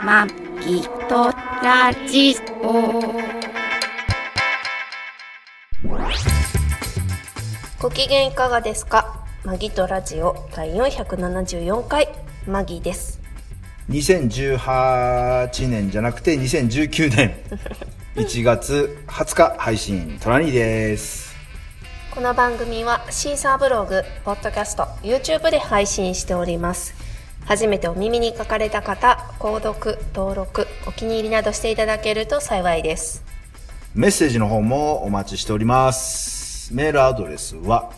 まきとラジオ。 ご機嫌いかがですか？マギとラジオ第474回マギです。 2018年じゃなくて2019年1月20日配信トラニーです。 この番組はシーサーブログ、ポッドキャスト、YouTube で配信しております。初めてお耳に書かれた方、購読、登録、お気に入りなどしていただけると幸いです。 メッセージの方もお待ちしております。メールアドレスは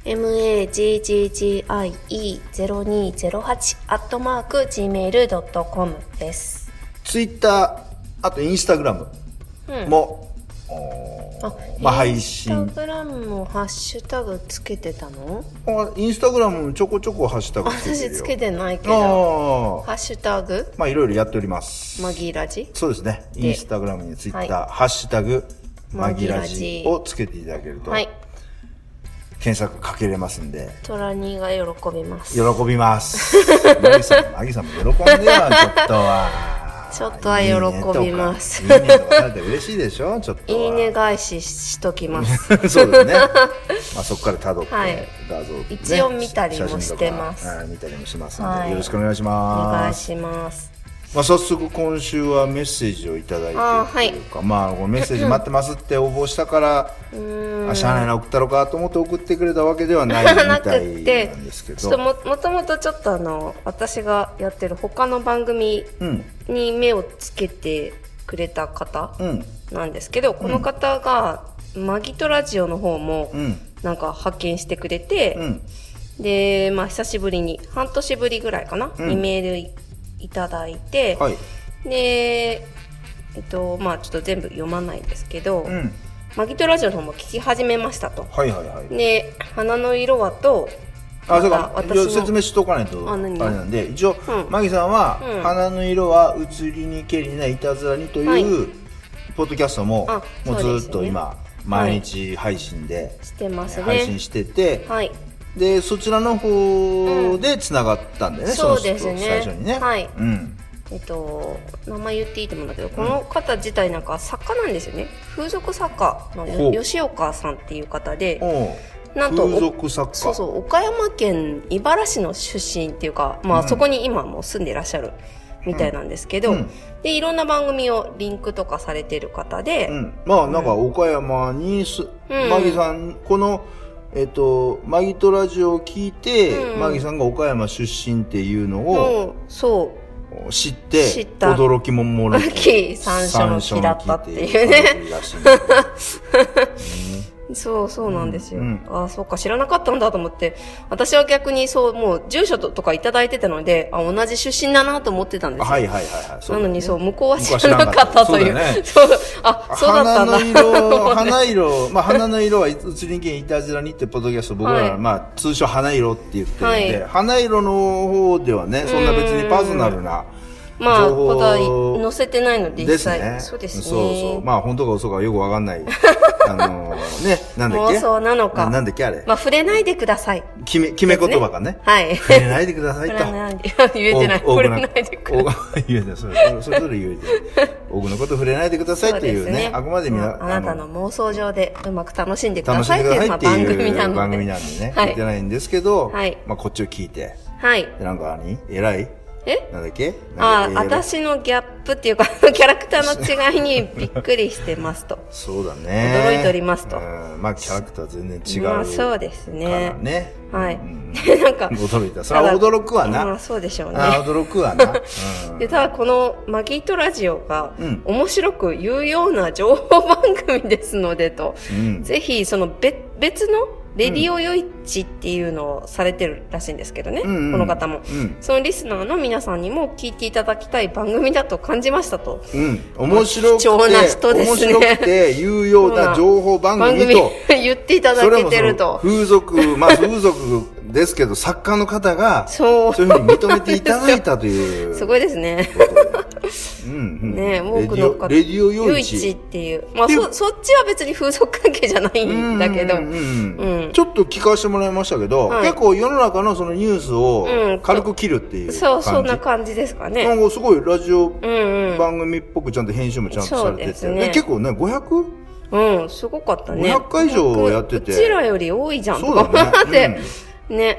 magggie0208@gmail.com です。 ツイッター、あとインスタグラムも、配信。 インスタグラムもハッシュタグつけてたの？ インスタグラムちょこちょこハッシュタグつけてるよ。 私つけてないけど。ハッシュタグ？ いろいろやっております。 マギラジ？ そうですね。インスタグラムにツイッター、ハッシュタグマギラジをつけていただけると、検索かけれますんで。 トラニーが喜びます。 喜びます。マギさんも喜んではちょっとは。 ちょっとは喜びます。 いいねとかされて嬉しいでしょ。ちょっといいね返ししときます。 そうですね。そこから辿って画像、 一応見たりもしてます。 見たりもしますので、よろしくお願いします。 お願いします。 早速今週はメッセージをいただいてというか、このメッセージ待ってますって応募したからしゃあないな送ったのかと思って送ってくれたわけではないみたいなんですけど、 もともとちょっと私がやってる他の番組に目をつけてくれた方なんですけど、この方がマギとラジオの方もなんか発見してくれて、で久しぶりに半年ぶりぐらいかな、にメールいただいて、でちょっと全部読まないんですけど、マギとラジオの方も聞き始めましたと。で花の色はとそうか、説明しとかないとあれなんで、一応、マギさんは、花の色は移りにけりないたずらにというポッドキャストももうずっと今毎日配信で配信してて、でそちらの方でつながったんだよね。 そうですね。 最初にね。 名前言っていいと思うんだけど、この方自体なんか作家なんですよね。風俗作家の吉岡さんっていう方で、なんと風俗作家。 そう岡山県井原市の出身っていうか、そこに今も住んでいらっしゃるみたいなんですけど、でいろんな番組をリンクとかされてる方で、 なんか岡山にマギさんこのマギとラジオを聞いて、マギさんが岡山出身っていうのを知って驚きももろき山椒の木だったっていうね。そうなんですよ。そうか、知らなかったんだと思って、私は逆にもう住所とかいただいてたので、同じ出身だなと思ってたんですよ。なのに向こうは知らなかったという。そうだったんだ。 花色は移り気いたずらにってポッドキャスト僕らは通称花色って言ってるんで、花色の方ではね、そんな別にパーソナルなことは載せてないので、実際。そうですね。 本当か嘘かよくわかんない。なんだっけ妄想なのか。 なんだっけあれ。 触れないでください。 決め言葉がね。触れないでくださいと。 言えてない。触れないでください。 言えてない。それ言えてない。多くのこと触れないでくださいっていうね。あくまであなたの妄想上でうまく楽しんでくださいっていう番組なので。 番組なんでね。言ってないんですけど、こっちを聞いて。なんか偉いなんだっけ私のギャップっていうか、キャラクターの違いにびっくりしてますと。 そうだね。 驚いておりますと。 キャラクター全然違う。 そうですね。 なんか。驚いた。それは驚くわな。 そうでしょうね。 驚くわな。 で、ただこのマギとラジオが面白く有用な情報番組ですのでと。ぜひ、別のレディオヨイチっていうのをされてるらしいんですけどね、この方も、そのリスナーの皆さんにも聞いていただきたい番組だと感じましたと。 面白くて有用な情報番組と言っていただけてると。 風俗ですけど作家の方がそういうふうに認めていただいたというすごいですね。 ね、多くの方。 レディオ夜市っていう。まあ、そっちは別に風俗関係じゃないんだけど。 ちょっと聞かせてもらいましたけど、結構世の中のそのニュースを軽く切るっていう感じ。 そう、そんな感じですかね。 なんかすごいラジオ番組っぽくちゃんと編集もちゃんとされてて。結構ね、500? うん、すごかったね。 500回以上やってて。 うちらより多いじゃんとかって。ね。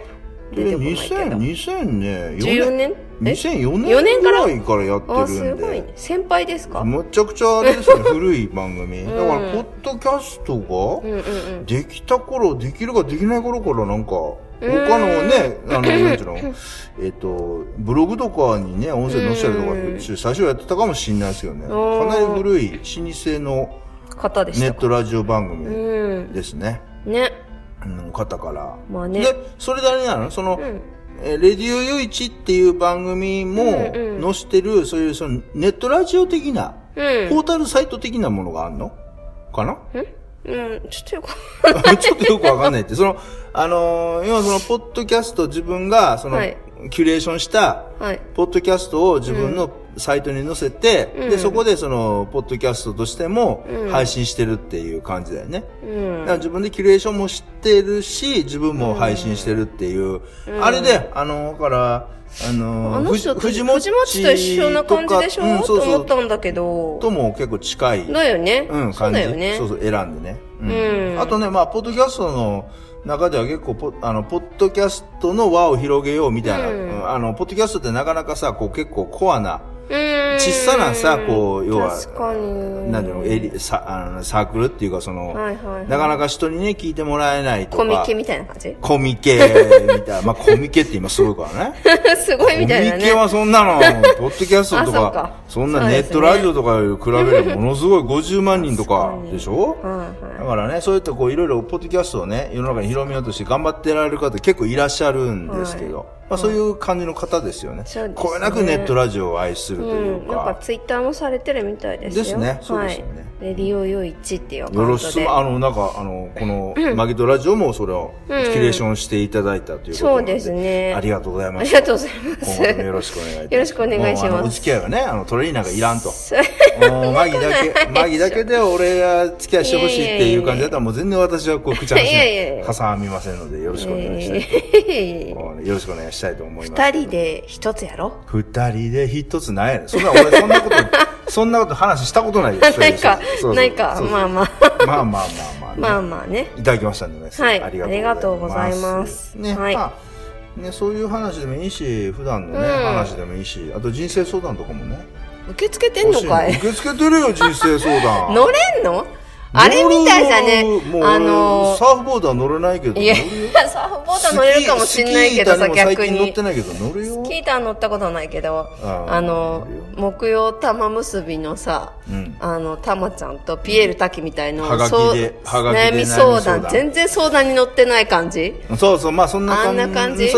2000ね、 14年 ?2004 年ぐらいからやってるんで。あ、 すごいね。先輩ですか？ むちゃくちゃあれですね、古い番組。だから、ポッドキャストが、できた頃、できるかできない頃からなんか、他のね、なんていうの、ブログとかにね、音声載せたりとか、最初やってたかもしれないですよね。かなり古い、老舗のネットラジオ番組ですね。 ね。 方から。 まあね。 で、それであれなのその、レディオ夜市っていう番組も載してる、そういうそのネットラジオ的な、ポータルサイト的なものがあるのかな？ ちょっとよくわかんない。 ちょっとよくわかんないって。その、要はその、ポッドキャスト自分が、その、キュレーションした、ポッドキャストを自分のサイトに載せて、で、そこでその、ポッドキャストとしても配信してるっていう感じだよね。だから自分でキュレーションもしてるし、自分も配信してるっていう。あれで、だから、 藤本と一緒な感じでしょと思ったんだけど。 とも結構近い。 だよね。 感じ。そうだよね。そう、選んでね。あとね、まあ、ポッドキャストの中では結構ポッドキャストの輪を広げようみたいな。ポッドキャストってなかなかさ、こう結構コアな、小さなさ、こう、要は、なんていうの、サークルっていうか、その、なかなか人にね、聞いてもらえないとか。 コミケみたいな感じ？ コミケみたいな。まあ、コミケって今すごいからね。 すごいみたいなね。 コミケはそんなの、ポッドキャストとか、そんなネットラジオとかより比べればものすごい50万人とかでしょ？だからね、そういったこう、いろいろポッドキャストをね、世の中に広めようとして頑張ってられる方結構いらっしゃるんですけど。まあそういう感じの方ですよね。これなくネットラジオを愛するというか。 なんかツイッターもされてるみたいですよ。 ですね。そうですよね。 レディオ夜市っていうアカウントで。 よろしく、なんか、この、マギトラジオもそれを、キュレーションしていただいたということで。 そうですね。 ありがとうございます。 ありがとうございます。 今後ともよろしくお願いします。 よろしくお願いします。 お付き合いがね、トレーナーがいらんと。マギだけで俺が付き合いしてほしいっていう感じだったら、もう全然私はこう、口挟みませんので、よろしくお願いしたい。よろしくお願いしたいと思います。 二人で一つやろ？ 二人で一つなんやねん。俺そんなこと話したことないよ。 ないか。まあまあ。まあね。 いただきましたんでね。 はい。ありがとうございます。 ね。はい。ね、そういう話でもいいし、普段のね、話でもいいし、あと人生相談とかもね。 受け付けてんのかい？ 受け付けてるよ、人生相談。 乗れんの？あれみたいじゃね。 サーフボードは乗れないけど。 いや、サーフボードは乗れるかもしんないけどさ、逆に。 乗ってないけど乗るよ。 スキーター乗ったことないけど、木曜玉結びのさ、玉ちゃんとピエール滝みたいな悩み相談、全然相談に乗ってない感じ？ そうそう、まあそんな感じ。 あんな感じ？ そう。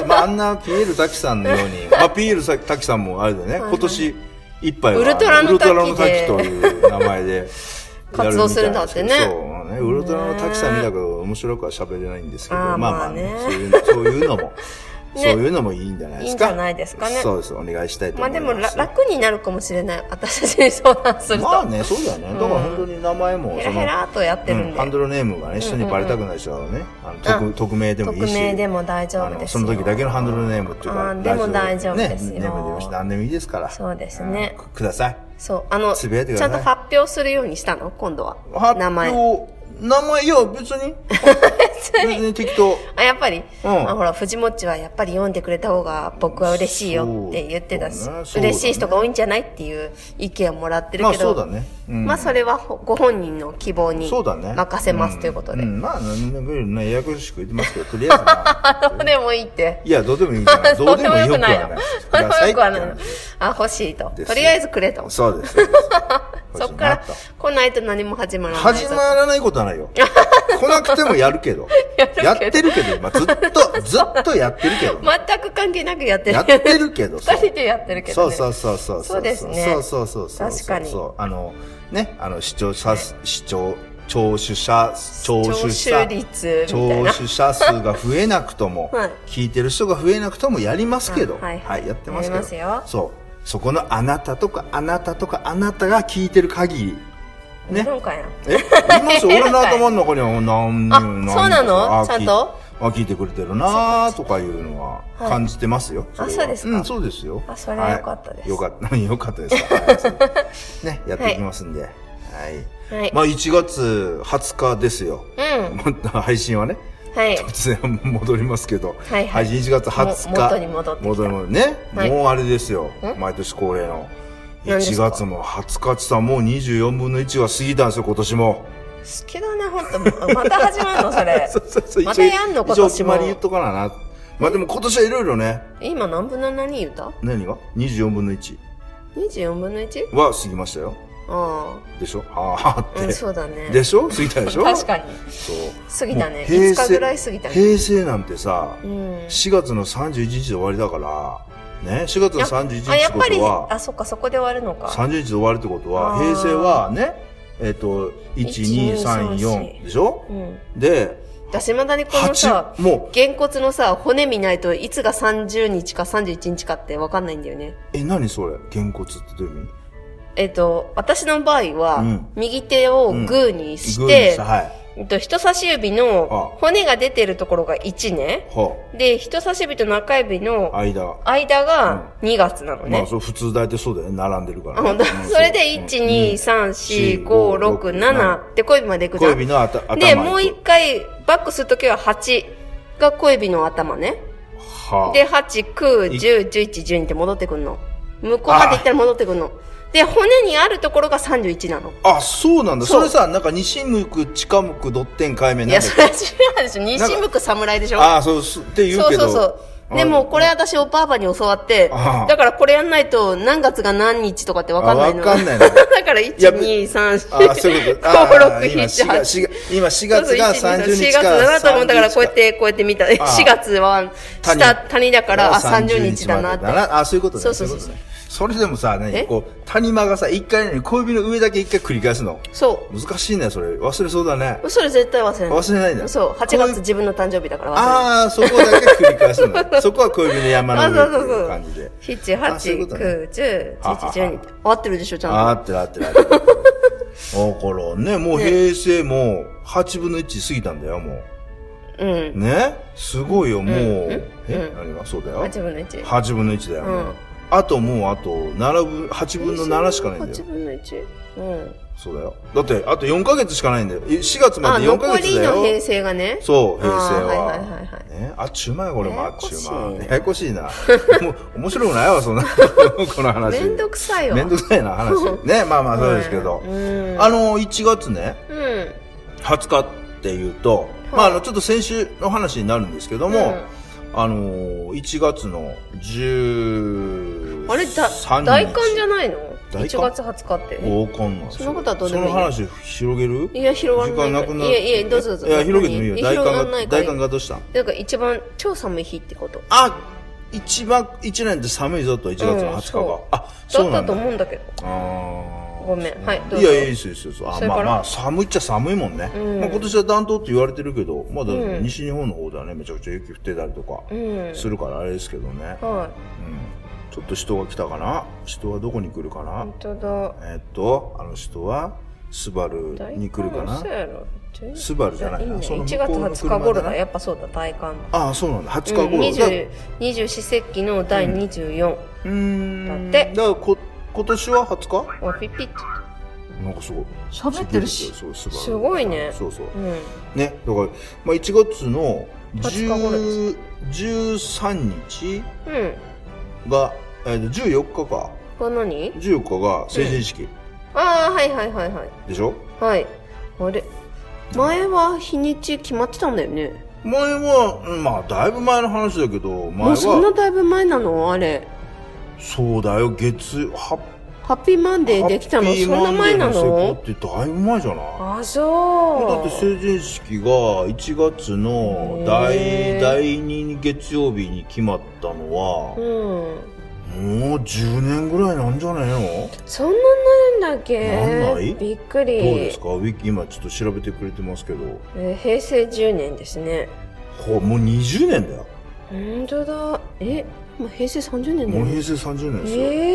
まああんなピエール滝さんのように、まあピエール滝さんもあれだよね、今年一杯はウルトラの滝という名前で。 活動するんだってね。 そうね。ウルトラの滝さん見たけど面白くは喋れないんですけど、まあね。そういうのもいいんじゃないですか。 いいんじゃないですかね。 そうです。お願いしたいと思います。 まあでも楽になるかもしれない。私たちに相談すると。 まあね、そうだよね。だから本当に名前も、 ヘラヘラとやってるんで。 ハンドルネームがね、人にバレたくない人はね、匿名でもいいし。 匿名でも大丈夫ですよ。 その時だけのハンドルネームっていうか、 でも大丈夫ですよ。 ネームでもし何でもいいですから。 そうですね。 ください。 そう。ちゃんと発表するようにしたの？今度は。名前。 いや、別に適当。 やっぱり、ほら、藤もっちはやっぱり読んでくれた方が僕は嬉しいよって言ってたし、嬉しい人が多いんじゃないっていう意見をもらってるけど、 まあそうだね。 まあそれはご本人の希望に任せますということで。 まあ、ややこしく言ってますけど、とりあえず。どうでもいいって。 いや、どうでもいいじゃない。どうでもよくはない。 どうでもよくはない。欲しいと。とりあえずくれと。 そうです。 そっから来ないと何も始まらない。 始まらないことはないよ。来なくてもやるけど。やってるけど、ずっとやってるけど。 全く関係なくやってる。 やってるけど。 二人でやってるけど。 そう。 そうですね。 そう。 確かに。 ね、聴取者数が増えなくとも、聞いてる人が増えなくともやりますけど。はい、やってますけど。そう。 そこのあなたとかあなたとかあなたが聞いてる限りね。 なんかやん。 いますよ。俺の頭の中にはそうなの？ちゃんと？ 聞いてくれてるなーとかいうのは感じてますよ。 あ、そうですか。 そうですよ。 それはよかったです。 よかったですか。ね、やっていきますんで。はい。まあ1月20日ですよ。配信はね。 はい。 突然戻りますけど。配信1月20日。 元に戻ってきた。 ね。もうあれですよ。毎年恒例の。1月の20日ってさ、もう24分の1は過ぎたんですよ、今年も。 好きだね、ほんと。また始まるの、それ。そう。またやんの、今年も。 一応決まり言っとかな。まあでも今年はいろいろね。 今何分の何言った？ 何が ?24 分の1。 24分の 1？ は過ぎましたよ。でしょって。 そうだね。 でしょ過ぎたでしょ確かに。そう。過ぎたね。5日ぐらい過ぎたね。 平成なんてさ、4月の31日で終わりだから、ね、4月の31日ってことは、やっぱり、 そっか、そこで終わるのか。 30日で終わるってことは、平成はね、1、2、3、4でしょで、 私まだにこのさ、げんこつのさ、骨見ないといつが30日か31日かってわかんないんだよね。 何それ？げんこつってどういう意味？ 私の場合は、右手をグーにして、人差し指の骨が出てるところが1ね。で、人差し指と中指の間が2月なのね。 まあ、普通大体そうだよね。並んでるから。 それで1、2、3、4、5、6、7で小指までいくじゃん。 小指の頭。 で、もう一回バックするときは8が小指の頭ね。で、8、9、10、11、12って戻ってくんの。向こうまで行ったら戻ってくんの。で、骨にあるところが31なの。 あ、そうなんだ。それさ、なんか西向く、近向く、ドッテン解明なんだ。 いや、それは違うでしょ。西向く侍でしょ。 そうって言うけど。 そう。でも、これ私おばあばに教わって、だからこれやんないと何月が何日とかってわかんないの。 わかんないの。 だから1、2、3、4、5、6、7、8。 今4月が30日か。 4月だなと思ったからこうやって見た。4月は谷だから、30日だなって。 そういうことね。そう。それでもさ、谷間がさ、一回小指の上だけ一回繰り返すの。 そう。 難しいね、それ。忘れそうだね。 それ絶対忘れない。 忘れないんだ。 そう。8月自分の誕生日だから忘れない。 そこだけ繰り返すの。そこは小指の山の上っていう感じで。 7、8、9、10、11、12。合ってるでしょ、ちゃんと。 合ってる。だからね、もう平成も8分の1過ぎたんだよ、もう。ね？すごいよ、もう。何がそうだよ。 8分の1。 8分の1だよ。あと8分の7しかないんだよ。 8分の1。 そうだよ。だって、あと4ヶ月しかないんだよ。4月まで4ヶ月だよ。 残りの平成がね。 そう、平成は。あっちゅうまい、これもあっちゅうまい。ややこしいな。面白くないわ、そんな。この話。 めんどくさいわ。 めんどくさいな、話。ね、まあそうですけど。1月ね、20日っていうと、ちょっと先週の話になるんですけども、1月の13日。 あれ、大寒じゃないの ?1 月20日って。 わかんない。 そのことはどうでもいい。 その話広げる？ いや、広がらない。いや、どうぞ。 いや、広げてもいいよ。大寒がどうした？ なんか一番超寒い日ってこと。 一年って寒いぞと、1月の20日が。 そうだったと思うんだけど。ごめん。はい、どうぞ。 いや、いいですよ。寒いっちゃ寒いもんね。今年は暖冬って言われてるけど、まだ西日本の方ではね、めちゃくちゃ雪降ってたりとかするからあれですけどね。ちょっと人が来たかな？人はどこに来るかな？ 本当だ。 あの人は、スバルに来るかな？スバルじゃないな。 1月20日頃だ。やっぱそうだ、大寒。 そうなんだ。20日頃。 二十四節気の第24。だって。 だから今年は20日？ ピッピッと。 なんかすごい。 喋ってるし。すごいね。 そう。ね。だから、1月の13日が、14日か。 何？ 14日が成人式。 はい。 でしょ？ はい。あれ？前は日にち決まってたんだよね。 前は、だいぶ前の話だけど、 もうそんなだいぶ前なの？あれ。 そうだよ、 ハッピーマンデーできたのそんな前なの？ ってだいぶ前じゃない？ そう。 だって成人式が1月の第2月曜日に決まったのは、もう10年ぐらいなんじゃないの？そんなになるんだっけ？ なんない？ びっくり。 どうですか？今ちょっと調べてくれてますけど。 平成10年ですね。 もう20年だよ。 本当だ。 もう平成30年だよ。 もう平成30年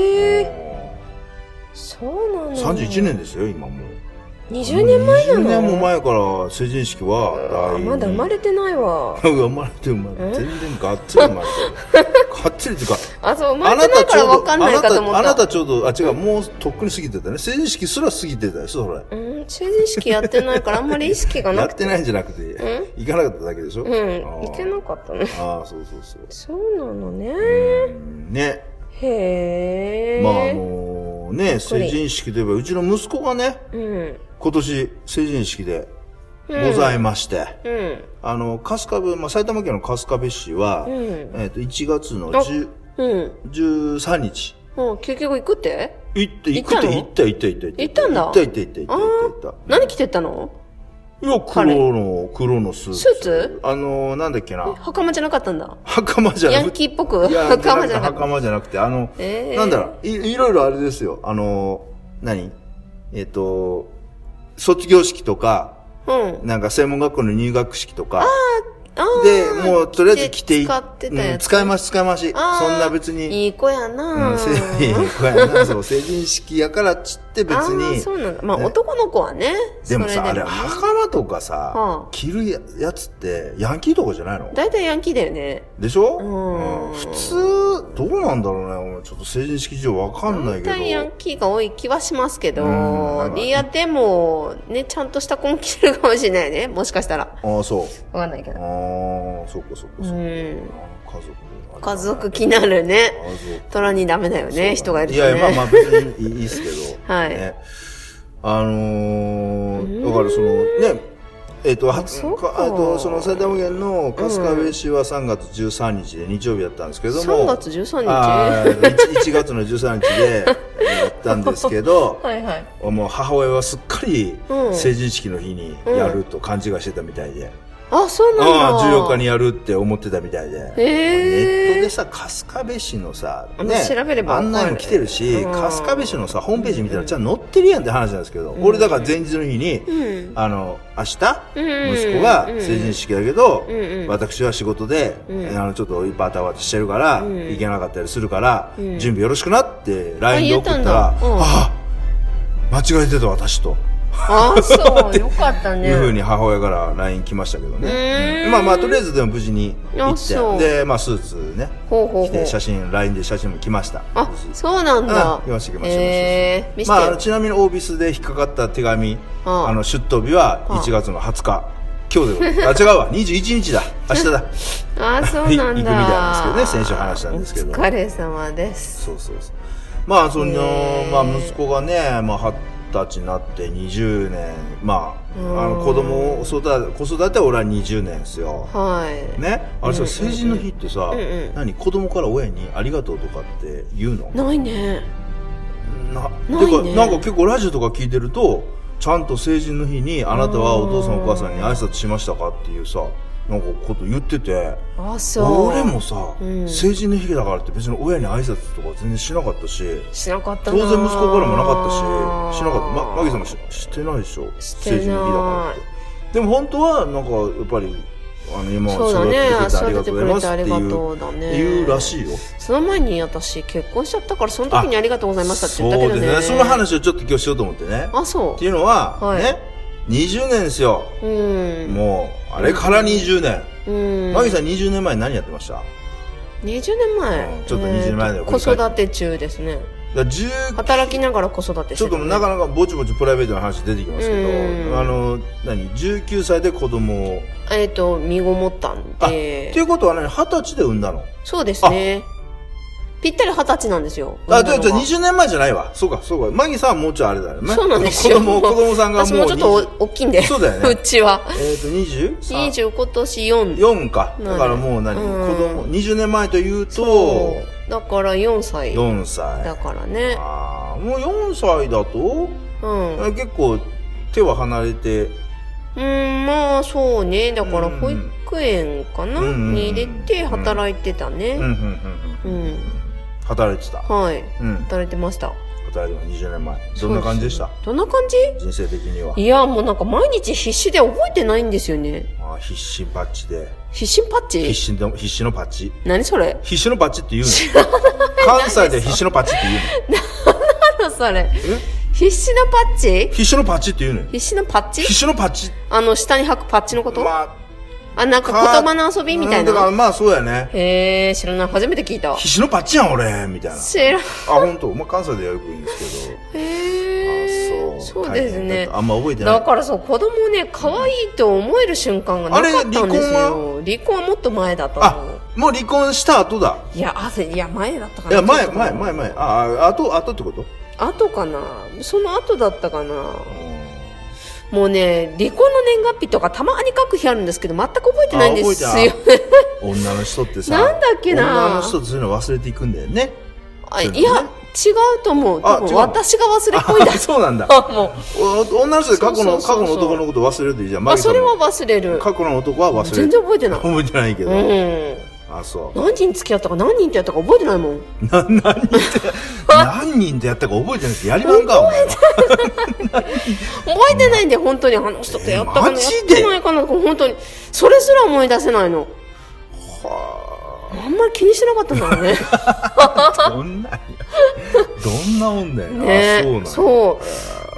ですよ。 そうなんだ。 31年ですよ、今もう。 20年前なの？ 20年も前から成人式はまだ生まれてないわ。 生まれて全然がっつり生まれてる。がっつりっていうか、 そう、生まれてないから分かんないかと思った。 あなたちょうど、違う、もうとっくに過ぎてたね。成人式すら過ぎてたよ、それ。 成人式やってないからあんまり意識がなくて。 やってないんじゃなくて、行かなかっただけでしょ？ 行けなかったね。 そうそうそう。 そうなのね。 ね。 へー。 まあね、成人式といえば、うちの息子がね、今年成人式でございまして、埼玉県の春日部市は、1月の13日。 結局行くって？ 行ったんだ。行った。 何着てったの？ いや、黒のスーツ。 スーツ？ なんだっけな。 袴じゃなかったんだ。 袴じゃなくて。 ヤンキーっぽく？袴じゃなくて。 袴じゃなくて、なんだろう、いろいろあれですよ。卒業式とか、なんか専門学校の入学式とか、で、もう、とりあえず着て使ってたやつ。 使い回し。そんな別に。 いい子やな。 いい子やな。そう、成人式やからっつって別に。 そうなんだ。まあ、男の子はね。 でもさ、あれ、袴とかさ、着るやつって、ヤンキーとかじゃないの？ 大体ヤンキーだよね。 でしょ？普通、どうなんだろうね。ちょっと成人式上わかんないけど。 大体ヤンキーが多い気はしますけど、いや、でも、ね、ちゃんとした子も着てるかもしれないね。もしかしたら。 そう。 わかんないけど。 そっか。 家族気になるね。虎にダメだよね、人がいるとね。 いや、まあ別にいいですけど。 はい。 だからそのね、その埼玉県の春日部市は3月13日で日曜日だったんですけども。 3月13日 ？1月の13日でやったんですけど、もう母親はすっかり成人式の日にやると勘違いしてたみたいで。 そうなんだ。 14日にやるって思ってたみたいで。ネットでさ、春日部市のさ、 調べれば案内も来てるし、春日部市のさ、ホームページ見たらじゃあ載ってるやんって話なんですけど、俺だから前日の日に、明日、息子が成人式だけど、私は仕事で、ちょっとバタバタしてるから、行けなかったりするから、準備よろしくなって LINE で送ったら、間違えてた私と。 そう、よかったね。 いう風に母親から LINE 来ましたけどね。まあ、とりあえずでも無事に行って、で、まあ、スーツね、着てLINE で写真も来ました。 そうなんだ。 来ました。まあ、ちなみにオービスで引っかかった手紙、出頭日は1月の20日。今日で、違うわ、21日だ。明日だ。 そうなんだ。 行くみたいなんですけどね、先週話したんですけど。 お疲れ様です。 そう。まあ、息子がね、20歳になって20年、子供を子育ては俺は20年ですよ。ね。あれさ、成人の日ってさ、子供から親にありがとうとかって言うの？ ないね。 なんか結構ラジオとか聞いてると、ちゃんと成人の日にあなたはお父さんお母さんに挨拶しましたかっていうさ、なんかこと言ってて、俺もさ、成人の日だからって別に親に挨拶とか全然しなかったし、当然息子からもなかったし、しなかった。マギさんもしてないでしょ？成人の日だからって。でも本当はなんかやっぱり今育ててくれてありがとうございますって言うらしいよ。 その前に私結婚しちゃったからその時にありがとうございましたって言ったけどね。 そうですね。その話をちょっと今日しようと思ってね。っていうのはね。20年ですよ。もう、あれから20年。マギさん20年前何やってました？ 20年前ちょっと20年前で子育て中ですね。働きながら子育てしてちょっとなかなかぼちぼちプライベートな話出てきますけど、19歳で子供を。 身ごもったんで。 っていうことはね、20歳で産んだの？ そうですね。ぴったり20歳なんですよ。 じゃあ20年前じゃないわ。そうか。マギさんはもうちょいあれだよね。 そうなんですよ。 子供さんがもう。 私もちょっと大きいんで。 そうだよね。 うちは。 20 今年4。 4か。だからもう子供、20年前というと。 だから4歳。 4歳。 だからね。 もう4歳だと結構手は離れて。 まあそうね。だから保育園かなに入れて働いてたね。 働いてた。 はい。働いてました。 働いて20年前。どんな感じでした？ どんな感じ？ 人生的には。 いや、もうなんか毎日必死で覚えてないんですよね。 必死バッチで。 必死のパッチ？ 必死のパッチ。 何それ？ 必死のパッチって言うの？関西で必死のパッチって言うの？ 何それ？必死のパッチ？ 必死のパッチって言うのよ。 必死のパッチ？ 必死のパッチ。 下に履くパッチのこと？ まあ、 なんか言葉の遊びみたいな。 だからまあそうやね。 へえ、知らない。初めて聞いた。 必死のパッチやん俺みたいな。 知らん。 本当。まあ関西ではよく言うんですけど。 へえ。そうですね。 あんま覚えてない。 だからそう、子供ね、可愛いと思える瞬間がなかったんですよ。離婚はもっと前だと思う。 もう離婚した後だ。 いや、前だったかな。 いや、前。後ってこと？ 後かな。その後だったかな。もうね、離婚の年月日とかたまに書く日あるんですけど、全く覚えてないんですよ。 女の人ってさ、 なんだっけな。 女の人ってそういうの忘れていくんだよね。 いや、違うと思う。多分私が忘れっぽいだ。 そうなんだ。もう女の人で過去の男のこと忘れるといいじゃん。 それは忘れる。 過去の男は忘れる。 全然覚えてない。 覚えてないけど。そう。 何人付き合ったか何人ってやったか覚えてないもん。 何人ってやったか覚えてないってやりまんか、お前。 覚えてないんで、本当に人とやったかな、やってないかな、本当に。それすら思い出せないの。あんまり気にしてなかったんだろうね。 どんなもんだよね。 そう。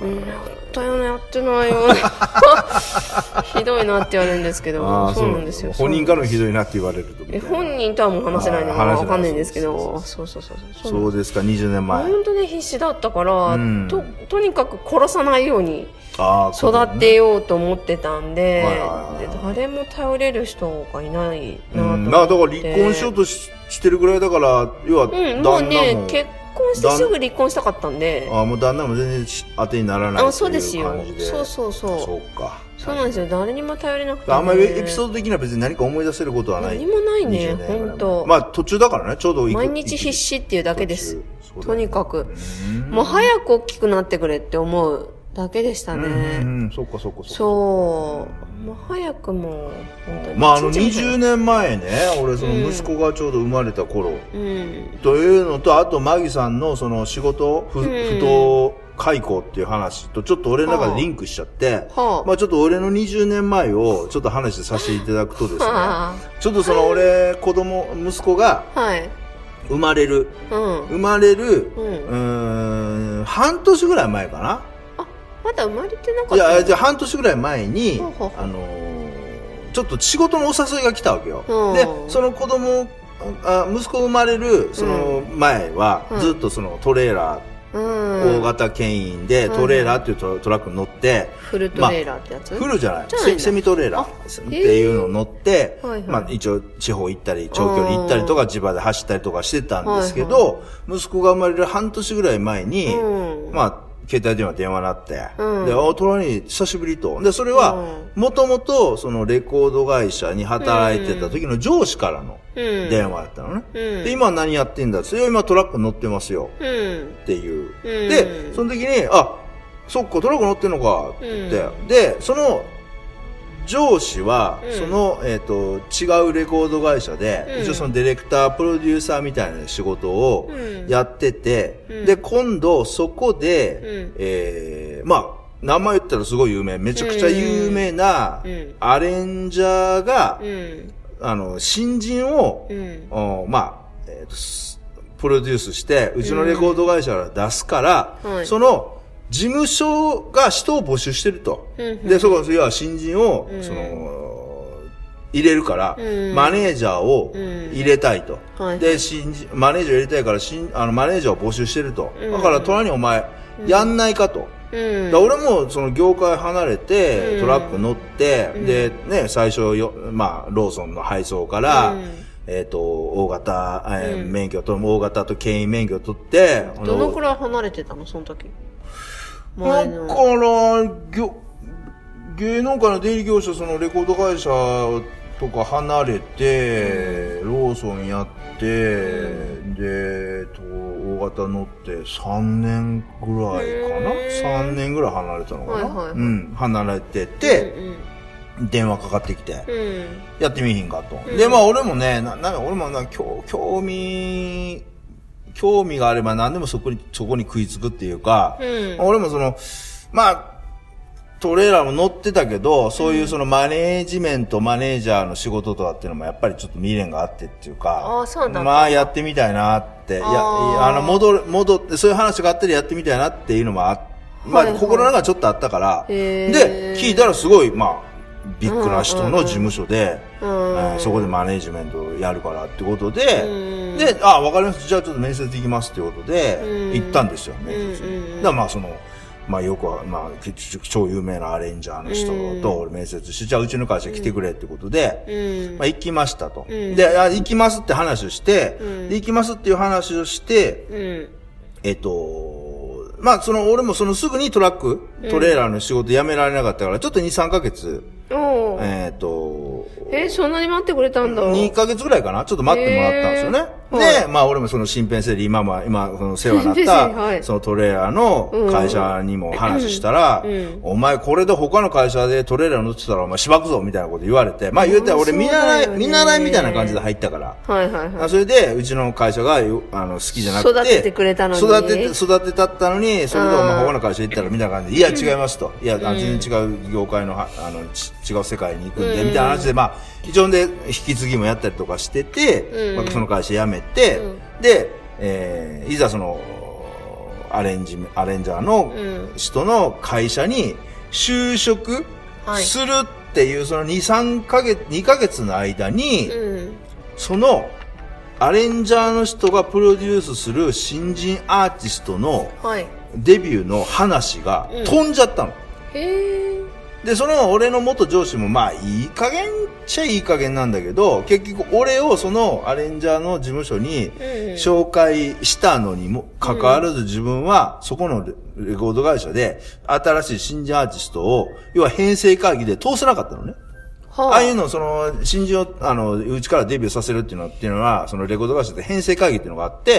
やったよね、やってないよ。ひどいなって言われるんですけど、そうなんですよ。 本人からもひどいなって言われると。 本人とはもう話せないのがわかんないんですけど、 そうですか、20年前。 本当に必死だったから、とにかく殺さないように育てようと思ってたんで、誰も頼れる人がいないなと思って。 だから離婚しようとしてるぐらいだから、要は旦那も。もうね、 結婚してすぐ離婚したかったんで。 もう旦那も全然当てにならないっていう感じで。 そうですよ。そう。 そうか。 そうなんですよ。誰にも頼れなくて。 あんまりエピソード的には別に何か思い出せることはない。 何もないね、本当。 まあ途中だからね、ちょうど毎日必死っていうだけです。とにかく。もう早く大きくなってくれって思うだけでしたね。 そっか。 そう。もう早くも本当に。 まあ20年前ね、俺その息子がちょうど生まれた頃、というのと、あとマギさんのその仕事、不当解雇っていう話とちょっと俺の中でリンクしちゃって、まあちょっと俺の20年前をちょっと話させていただくとですね、ちょっとその俺息子が生まれる、半年ぐらい前かな。 まだ生まれてなかった。 いや、じゃあ半年ぐらい前に、ちょっと仕事のお誘いが来たわけよ。で、その息子生まれる、その前は、ずっとそのトレーラー、大型牽引で、トレーラーっていうトラックに乗って、 フルトレーラーってやつ？ フルじゃない。セミトレーラーっていうのを乗って、まあ一応地方行ったり、長距離行ったりとか、地場で走ったりとかしてたんですけど、息子が生まれる半年ぐらい前に、まあ、携帯電話鳴って、で、隣に久しぶりと。で、それは、もともと、そのレコード会社に働いてた時の上司からの電話だったのね。で、今何やってんだって、今トラック乗ってますよ。っていう。で、その時に、そっか、トラック乗ってんのか、って。で、その、上司は、その、違うレコード会社で、一応そのディレクター、プロデューサーみたいな仕事をやってて、で、今度そこで、まあ、名前言ったらすごい有名、めちゃくちゃ有名なアレンジャーが、新人を、まあ、プロデュースして、うちのレコード会社から出すから、その、事務所が人を募集してると。で、そこ、いや、新人を、入れるから、マネージャーを入れたいと。で、マネージャー入れたいから、マネージャーを募集してると。だから、隣にお前、やんないかと。俺も、その業界離れて、トラック乗って、で、ね、最初まあ、ローソンの配送から、大型、免許と、大型と牽引免許取って、 どのくらい離れてたの、その時。 だから、芸能界の出入り業者、そのレコード会社とか離れて、ローソンやって、で、大型乗って3年ぐらいかな ?3 年ぐらい離れたのかな、離れてて、電話かかってきて、やってみひんかと。で、まあ俺もね、俺も興味があれば何でもそこに食いつくっていうか、俺もその、まあ、 トレーラーも乗ってたけど、そういうそのマネージメント、マネージャーの仕事とかっていうのもやっぱりちょっと未練があってっていうか、まあやってみたいなって、戻って、そういう話があったりやってみたいなっていうのもまあ心の中ちょっとあったから、で、聞いたらすごい、まあ、ビッグな人の事務所で、そこでマネージメントをやるからってことで、で、わかります。じゃあちょっと面接行きますっていうことで、行ったんですよ、面接。だからまあまあよくは、まあ、超有名なアレンジャーの人と俺面接して、じゃあうちの会社来てくれってことで、まあ行きましたと。で、行きますって話をして、で、行きますっていう話をして、まあ俺もすぐにトレーラーの仕事辞められなかったから、ちょっと2、3ヶ月、 そんなに待ってくれたんだ。 2ヶ月ぐらいかなちょっと待ってもらったんですよね。で、まあ俺も身辺整理、今、世話になった、そのトレーラーの会社にも話したら、お前これで他の会社でトレーラー乗ってたらお前しばくぞみたいなこと言われて、まあ言うたら俺見習いみたいな感じで入ったから。それで、うちの会社が好きじゃなくて、 育ててくれたのに。 育てたったのに、それでお前他の会社行ったらみたいな感じで、いや違いますと。いや、全然違う業界の、違う世界に行くんで、みたいな話で、まあ、一応で引き継ぎもやったりとかしてて、まあ、その会社辞めて、で、いざアレンジャーの人の会社に就職するっていう、その2ヶ月の間に、そのアレンジャーの人がプロデュースする新人アーティストのデビューの話が飛んじゃったの。で、俺の元上司もまあいい加減っちゃいい加減なんだけど、結局俺をそのアレンジャーの事務所に紹介したのにもかかわらず自分はそこのレコード会社で新しい新人アーティストを、要は編成会議で通せなかったのね。ああいうの、新人を、うちからデビューさせるっていうのは、レコード会社で編成会議っていうのがあって、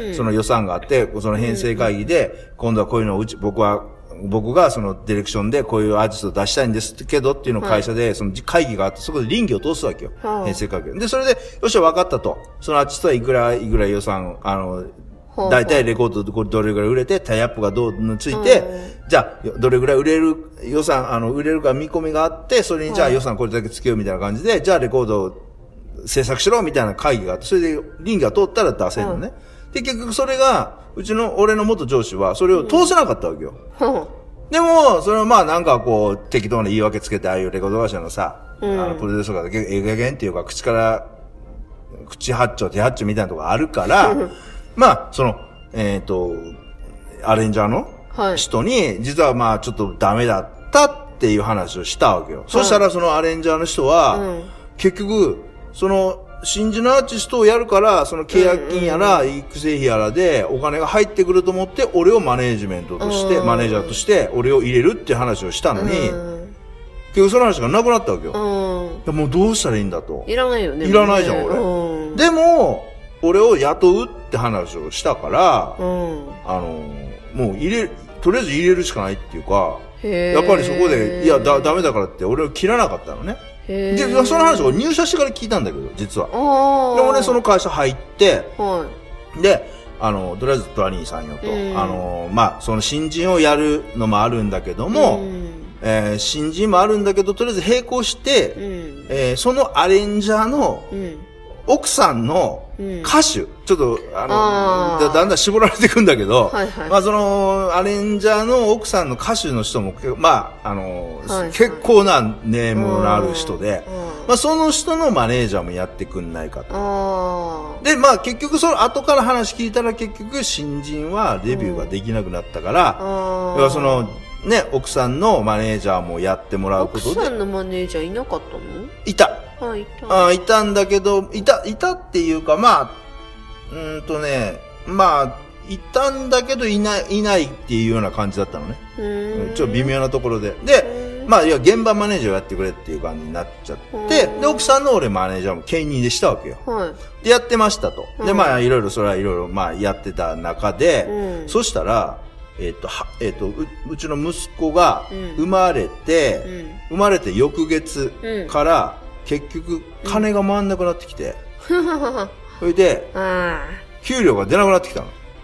その予算があって、その編成会議で、今度はこういうのを僕がそのディレクションでこういうアーティストを出したいんですけどっていうの会社で、その会議があって、そこで臨機を通すわけよ。編成会議。で、それで、よっしゃ、分かったと。そのアーティストはいくら予算、だいたいレコードどれぐらい売れて、タイアップがどうのついて、じゃあ、どれぐらい売れるか見込みがあって、それにじゃあ予算これだけつけようみたいな感じで、じゃあレコードを制作しろみたいな会議があって、それで臨機が通ったら出せるのね。で、結局それが、俺の元上司はそれを通せなかったわけよ。でも、それはまあなんか適当な言い訳つけて、ああいうレコード会社のさ、プロデューサーがええ加減っていうか、口八丁手八丁みたいなところあるから、まあ、アレンジャーの人に、実はまあちょっとダメだったっていう話をしたわけよ。そしたらそのアレンジャーの人は、結局、新人のアーティストをやるから、その契約金やら、育成費やらでお金が入ってくると思って、俺をマネージャーとして、俺を入れるっていう話をしたのに、結局その話がなくなったわけよ。もうどうしたらいいんだと。 いらないよね。 いらないじゃん、俺。でも、俺を雇うって話をしたから、もうとりあえず入れるしかないっていうか、やっぱりそこで、いや、ダメだからって俺を切らなかったのね。で、その話を入社してから聞いたんだけど、実は。で、俺その会社入って、で、とりあえずトラニーさんよと、まあ、その新人をやるのもあるんだけども、新人もあるんだけど、とりあえず並行して、そのアレンジャーの、奥さんの歌手、ちょっと、だんだん絞られていくんだけど、まあアレンジャーの奥さんの歌手の人も、まあ、結構なネームのある人で、まあその人のマネージャーもやってくんないかと。で、まあ結局後から話聞いたら結局新人はデビューができなくなったから、要は奥さんのマネージャーもやってもらうことで。 奥さんのマネージャーいなかったの？ いた。いたんだけど、いたっていうか、まあ、まあ、いたんだけどいないっていうような感じだったのね。ちょっと微妙なところで。で、まあ、いや、現場マネージャーやってくれっていう感じになっちゃって、で、奥さんの俺マネージャーも兼任でしたわけよ。で、やってましたと。で、まあ、それはいろいろ、まあ、やってた中で、そしたら、うちの息子が生まれて翌月から、結局、金が回んなくなってきて。それで、給料が出なくなってきたの。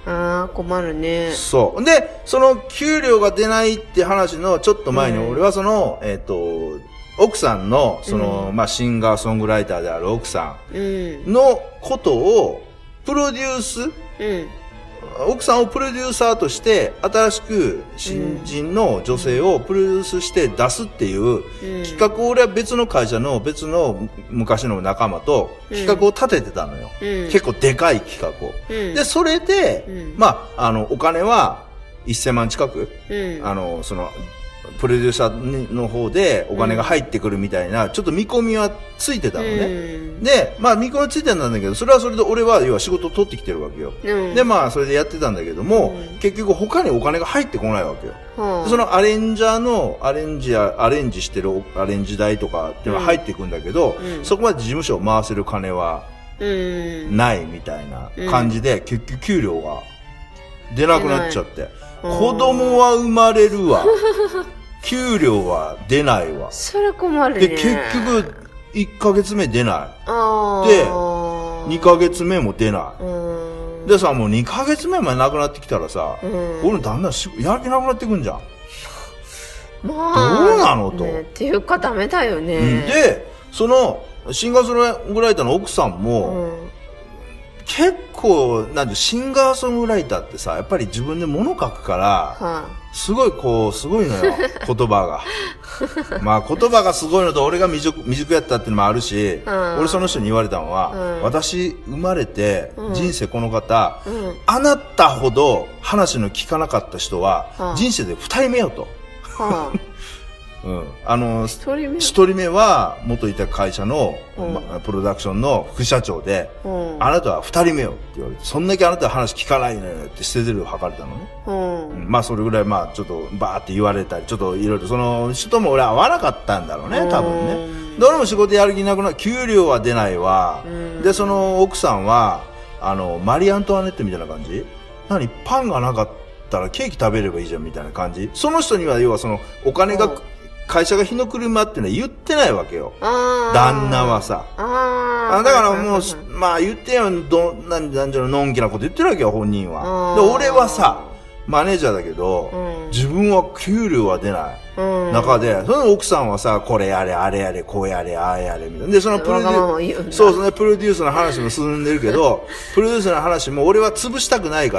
ああ、困るね。 そう。で、その給料が出ないって話のちょっと前に俺はその、奥さんの、その、まあ、シンガーソングライターである奥さんのことをプロデュース、奥さんをプロデューサーとして新しく新人の女性をプロデュースして出すっていう企画を俺は別の会社の別の昔の仲間と企画を立ててたのよ。結構でかい企画を。で、それで、まあ、お金は1000万近く、その、プロデューサーの方でお金が入ってくるみたいな、ちょっと見込みはついてたのね。で、まあ見込みはついてたんだけど、それはそれで俺は要は仕事を取ってきてるわけよ。で、まあそれでやってたんだけども、結局他にお金が入ってこないわけよ。そのアレンジャーのアレンジしてるアレンジ代とかっていうのは入ってくんだけど、そこまで事務所を回せる金はないみたいな感じで、結局給料が出なくなっちゃって。子供は生まれるわ。給料は出ないわ。 それ困るね。 で、結局、1ヶ月目出ない。で、2ヶ月目も出ない。でさ、もう2ヶ月目までなくなってきたらさ、俺だんだんやる気なくなってくんじゃん。 まあ。 どうなのと。 っていうかダメだよね。 で、その、シンガーソングライターの奥さんも、結構、シンガーソングライターってさ、やっぱり自分で物書くから、すごいすごいのよ、言葉が。まあ言葉がすごいのと、俺が未熟やったっていうのもあるし、俺その人に言われたのは、私生まれて、人生この方、あなたほど話の聞かなかった人は、人生で2人目よと。一人目は元いた会社の、プロダクションの副社長で、あなたは二人目よって言われて、そんだけあなたは話聞かないのよって捨てゼリフを吐かれたのね。まあそれぐらいまあちょっとバーって言われたり、ちょっといろいろその人も俺は合わなかったんだろうね、多分ね。どれも仕事やる気なくなる、給料は出ないわ。で、その奥さんは、マリー・アントワネットみたいな感じ？パンがなかったらケーキ食べればいいじゃんみたいな感じ？その人には要はそのお金が、会社が日の車ってのは言ってないわけよ。旦那はさ。だからもう、まあ言ってよ、なんじゃのんきなこと言ってるわけよ、本人は。で、俺はさ、マネージャーだけど、自分は給料は出ない。中で、その奥さんはさ、これやれ、あれやれ、こうやれ、ああやれ、みたいな。で、そのプロデュース、そうですね、プロデュースの話も進んでるけど、プロデュースの話も俺は潰したくないから、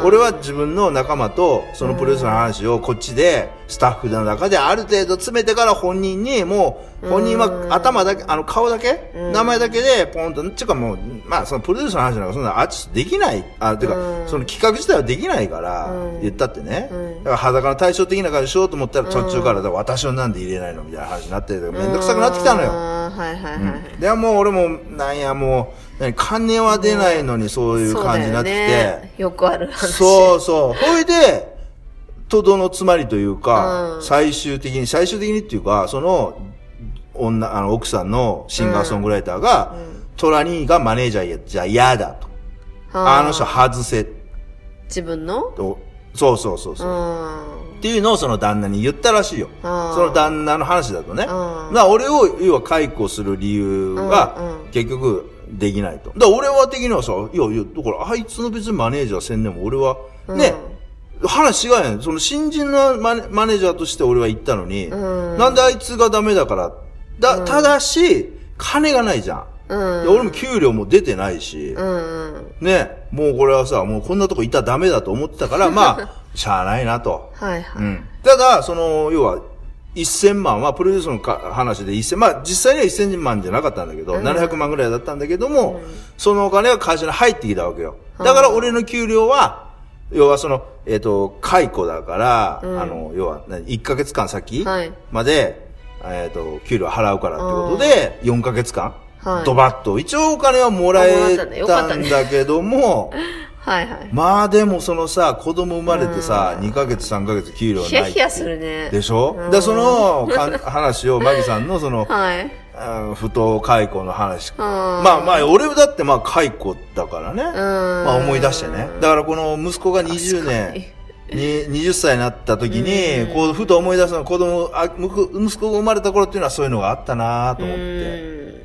俺は自分の仲間と、そのプロデュースの話をこっちで、スタッフの中である程度詰めてから本人に、もう、本人は頭だけ、顔だけ、名前だけで、ポンと、っていうかもう、まあ、そのプロデュースの話なんかそんなアーティストできない、てか、その企画自体はできないから、言ったってね。だから裸の対照的な感じしようと思ったら、途中から私をなんで入れないのみたいな話になってめんどくさくなってきたのよ。でもう俺も、金は出ないのにそういう感じになってきて。 よくある話。 そうそう。ほいで、とどのつまりというか、最終的にっていうか、その、奥さんのシンガーソングライターが、トラニーがマネージャーじゃ嫌だと。あの人外せ。 自分の？ そう。っていうのをその旦那に言ったらしいよ。その旦那の話だとね。俺を要は解雇する理由が結局できないと。だから俺は的にはさ、だからあいつの別にマネージャーせんでも俺は、ね、話違うやん。その新人のマネージャーとして俺は言ったのに、なんであいつがダメだから。ただし、金がないじゃん。俺も給料も出てないし、ね、もうこれはさ、もうこんなとこいたらダメだと思ってたから、まあ、しゃあないなと。ただ、その、要は、1000万は、プロデュースの話で1000万、実際には1000万じゃなかったんだけど、700万ぐらいだったんだけども、そのお金が会社に入ってきたわけよ。だから俺の給料は、要はその、解雇だから、要は、1ヶ月間先まで、給料払うからってことで、4ヶ月間、ドバッと。一応お金はもらえたんだけども、まあでもそのさ、子供生まれてさ、2ヶ月3ヶ月給料ない。 ヒヤヒヤするね。 でしょ？で、その話を、マギさんのその、不当解雇の話。まあ、俺だってまあ解雇だからね。まあ思い出してね。だからこの息子が20年、20歳になった時に、こう、ふと思い出すのは息子が生まれた頃っていうのはそういうのがあったなと思って。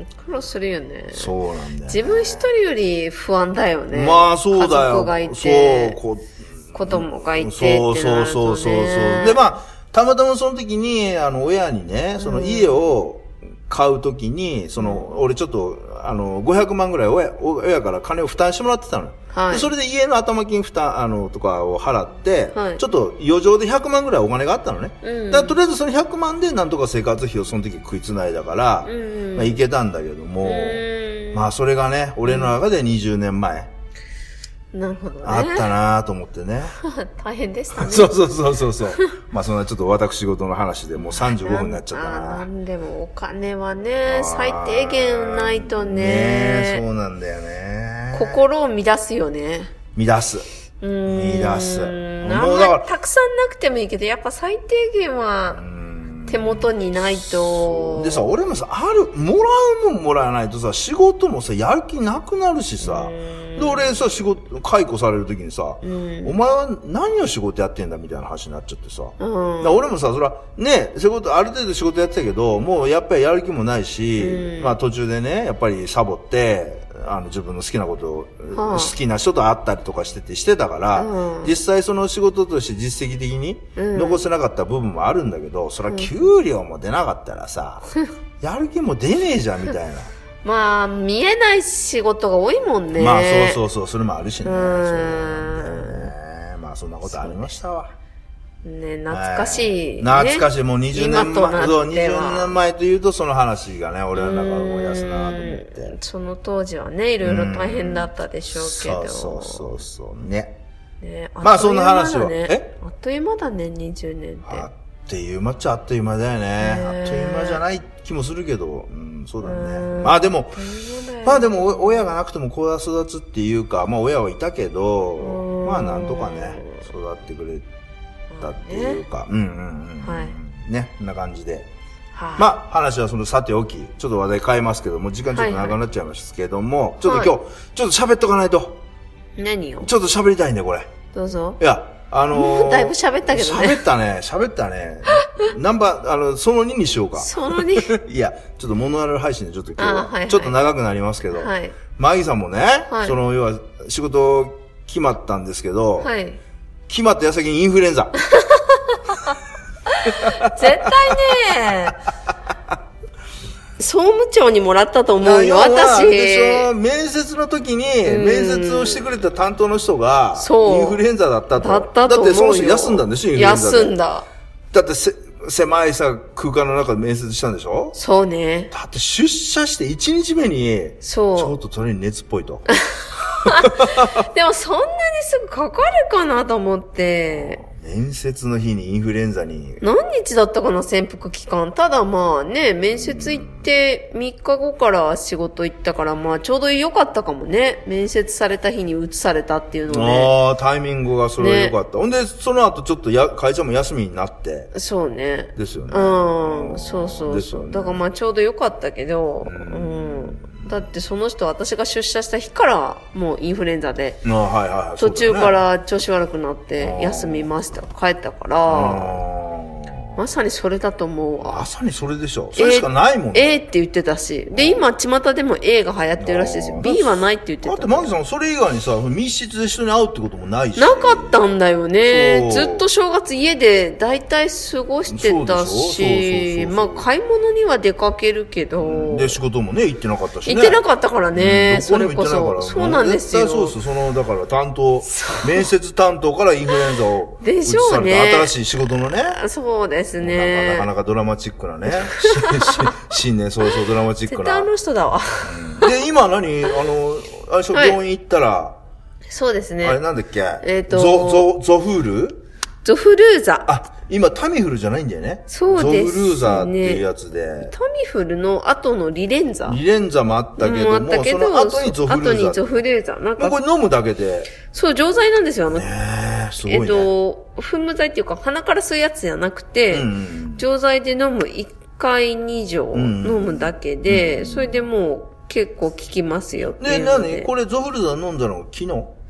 苦労するよね。 そうなんだよ、ね。 自分一人より不安だよね。 まあそうだよ。 家族がいて。そう、子供がいてってなるとね。 そう。で、まあ、たまたまその時に、親にね、その家を買う時に、俺ちょっと、500万ぐらい親から金を負担してもらってたの。はい。で、それで家の頭金負担、とかを払って、はい、ちょっと余剰で100万ぐらいお金があったのね。うん。だからとりあえずその100万でなんとか生活費をその時食いつないだから、まあいけたんだけども、まあそれがね、俺の中で20年前。 なるほどね。 あったなぁと思ってね。 大変でしたね。 そう。まあそんなちょっと私事の話でもう35分になっちゃったな。 なんでもお金はね、最低限ないとね。 ね、そうなんだよね。 心を乱すよね。 乱す。 もうだからたくさんなくてもいいけど、やっぱ最低限は手元にないと。 でさ、俺もさ、もらうもんもらわないとさ、仕事もさ、やる気なくなるしさ。で、俺さ、解雇されるときにさ、お前は何を仕事やってんだみたいな話になっちゃってさ。俺もさ、そら、ね、ある程度仕事やってたけど、もうやっぱりやる気もないし、まあ途中でね、やっぱりサボって、自分の好きなことを、好きな人と会ったりとかしてたから、実際その仕事として実績的に残せなかった部分もあるんだけど、そら給料も出なかったらさ、やる気も出ねえじゃんみたいな。 まあ、見えない仕事が多いもんね。 まあ、そう、それもあるしね。まあ、そんなことありましたわ。 ね、懐かしい、 ね。懐かしい。もう20年前、20年前というとその話がね、俺の中で思い出すなと思って。 その当時はね、いろいろ大変だったでしょうけど。 そうね。まあ、そんな話は。 あっという間だね、20年って。 あっという間っちゃあっという間だよね。あっという間じゃない気もするけど、そうだね。まあでも親がなくても子が育つっていうか、まあ親はいたけど、まあなんとかね、育ってくれたっていうか、ね、こんな感じで。まあ話はさておき、ちょっと話題変えますけども、時間ちょっと長くなっちゃいますけども、ちょっと今日、ちょっと喋っとかないと。 何を？ ちょっと喋りたいんで、これ。 どうぞ。 いや、 もうだいぶ喋ったけどね。 喋ったね。その2にしようか。 その 2? いや、ちょっとモノラル配信でちょっと今日は、ちょっと長くなりますけど、マギさんもね、要は仕事決まったんですけど、決まった矢先にインフルエンザ。 絶対ね、総務長にもらったと思うよ、私。 面接の時に、面接をしてくれた担当の人が、インフルエンザだったと。だってその人休んだんでしょ、インフルエンザで。 休んだ。 だって狭いさ、空間の中で面接したんでしょ？ そうね。 だって出社して1日目に、ちょっとそれに熱っぽいと。 でもそんなにすぐかかるかなと思って。 面接の日にインフルエンザに。 何日だったかな、潜伏期間。ただまあね、面接行って3日後から仕事行ったから、まあちょうど良かったかもね。面接された日に移されたっていうのね。タイミングがそれは良かった。ほんで、その後ちょっと会社も休みになって。 そうね。 ですよね。 そう。ですよね。だからまあちょうど良かったけど、だってその人私が出社した日からもうインフルエンザで、途中から調子悪くなって休みました帰ったから、まさにそれだと思うわ。 まさにそれでしょ。それしかないもんね。 A って言ってたし。で、今、巷でも A が流行ってるらしいですよ。B はないって言ってた。 だって、マギさん、それ以外にさ、密室で人に会うってこともないし。 なかったんだよね。ずっと正月家で大体過ごしてたし、まあ、買い物には出かけるけど。 で、仕事もね、行ってなかったしね。 行ってなかったからね。それこそ。そうなんですよ。 そうだから面接担当からインフルエンザを。 でしょうね。 新しい仕事のね。 そうですね。 なかなかドラマチックなね。新年早々ドラマチックな。 絶対あの人だわ。 で、今病院行ったら。 そうですね。 あれなんだっけゾフールゾフルーザ。 今タミフルじゃないんだよね。 そうですね。 ゾフルーザっていうやつで。 タミフルの後のリレンザ。 リレンザもあったけども、その後にゾフルーザ。 後にゾフルーザ。なんか。 これ飲むだけで。 そう、錠剤なんですよ、 すごいね。 噴霧剤っていうか、鼻から吸うやつじゃなくて、錠剤で飲む1回2錠飲むだけで、それでもう結構効きますよっていうので。 これゾフルーザ飲んだの昨